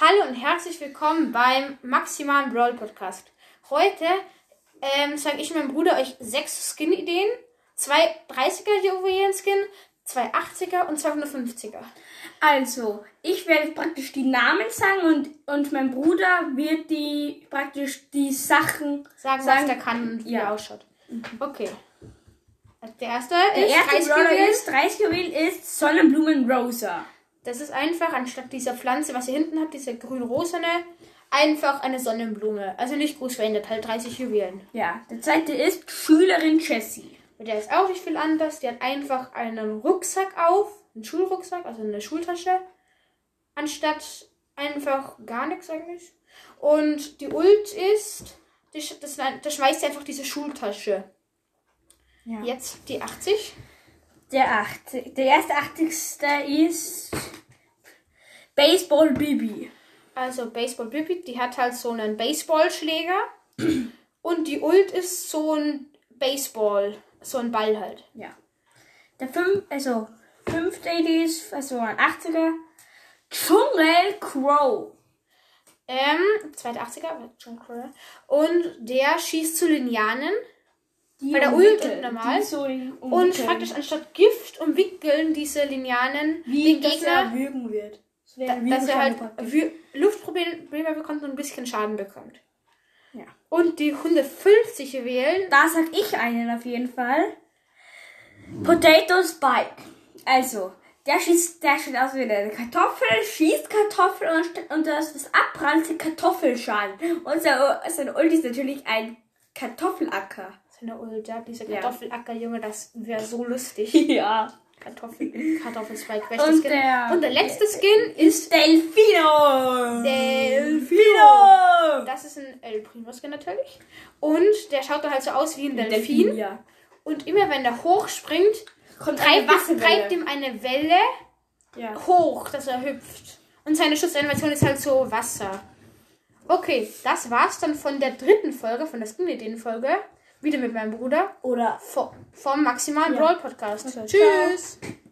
Hallo und herzlich willkommen beim Maximalen Brawl Podcast. Heute zeige ich und mein Bruder euch 6 Skin-Ideen, 2 30er Juwelen-Skin, 2 80er und 2 150er. Also, ich werde praktisch die Namen sagen und mein Bruder wird die Sachen sagen, was der kann und wie er ausschaut. Okay. Der erste Brawler ist 30 Juwelen ist Sonnenblumen-Rosa. Das ist einfach, anstatt dieser Pflanze, was ihr hinten habt, diese grün-rosane, einfach eine Sonnenblume. Also nicht groß verändert, halt 30 Juwelen. Ja, der zweite ist Schülerin Jessie. Der ist auch nicht viel anders. Die hat einfach einen Rucksack auf, einen Schulrucksack, also eine Schultasche, anstatt einfach gar nichts eigentlich. Und die Ult ist, da schmeißt sie einfach diese Schultasche. Ja. Jetzt die 80. Der erste 80. ist Baseball Bibi. Also Baseball Bibi, die hat halt so einen Baseballschläger und die Ult ist so ein Baseball, so ein Ball halt. Ja. Der fünfte ist, also ein 80er, Dschungel Crow. Zweite 80er, Dschungel Crow. Und der schießt zu Lianen. Bei der Ult normal. Und praktisch anstatt Gift umwickeln diese Lianen den Gegner, würgen wird. Dass er halt Luftprobleme bekommt und ein bisschen Schaden bekommt. Ja. Und die 150 Juwelen. Da sag ich einen auf jeden Fall. Potato Spike. Also, der sieht aus wie eine Kartoffel, schießt Kartoffel und das abbrannte Kartoffelschalen. Und sein Ult ist natürlich ein Kartoffelacker. Seine Ult, ja, dieser Kartoffelacker, Junge, das wäre so lustig. Ja. Kartoffelspike. Und der letzte Skin ist Delfino. Das ist ein El Primo Skin natürlich. Und der schaut da halt so aus wie ein Delfin. Ja. Und immer wenn der hochspringt, treibt ihm eine Welle hoch, dass er hüpft. Und seine Schussanimation ist halt so Wasser. Okay, das war's dann von der 3. Folge, von der Skin-Ideen-Folge. Wieder mit meinem Bruder. Oder vom Maximalen Brawl Podcast. Okay, Tschüss. Ciao.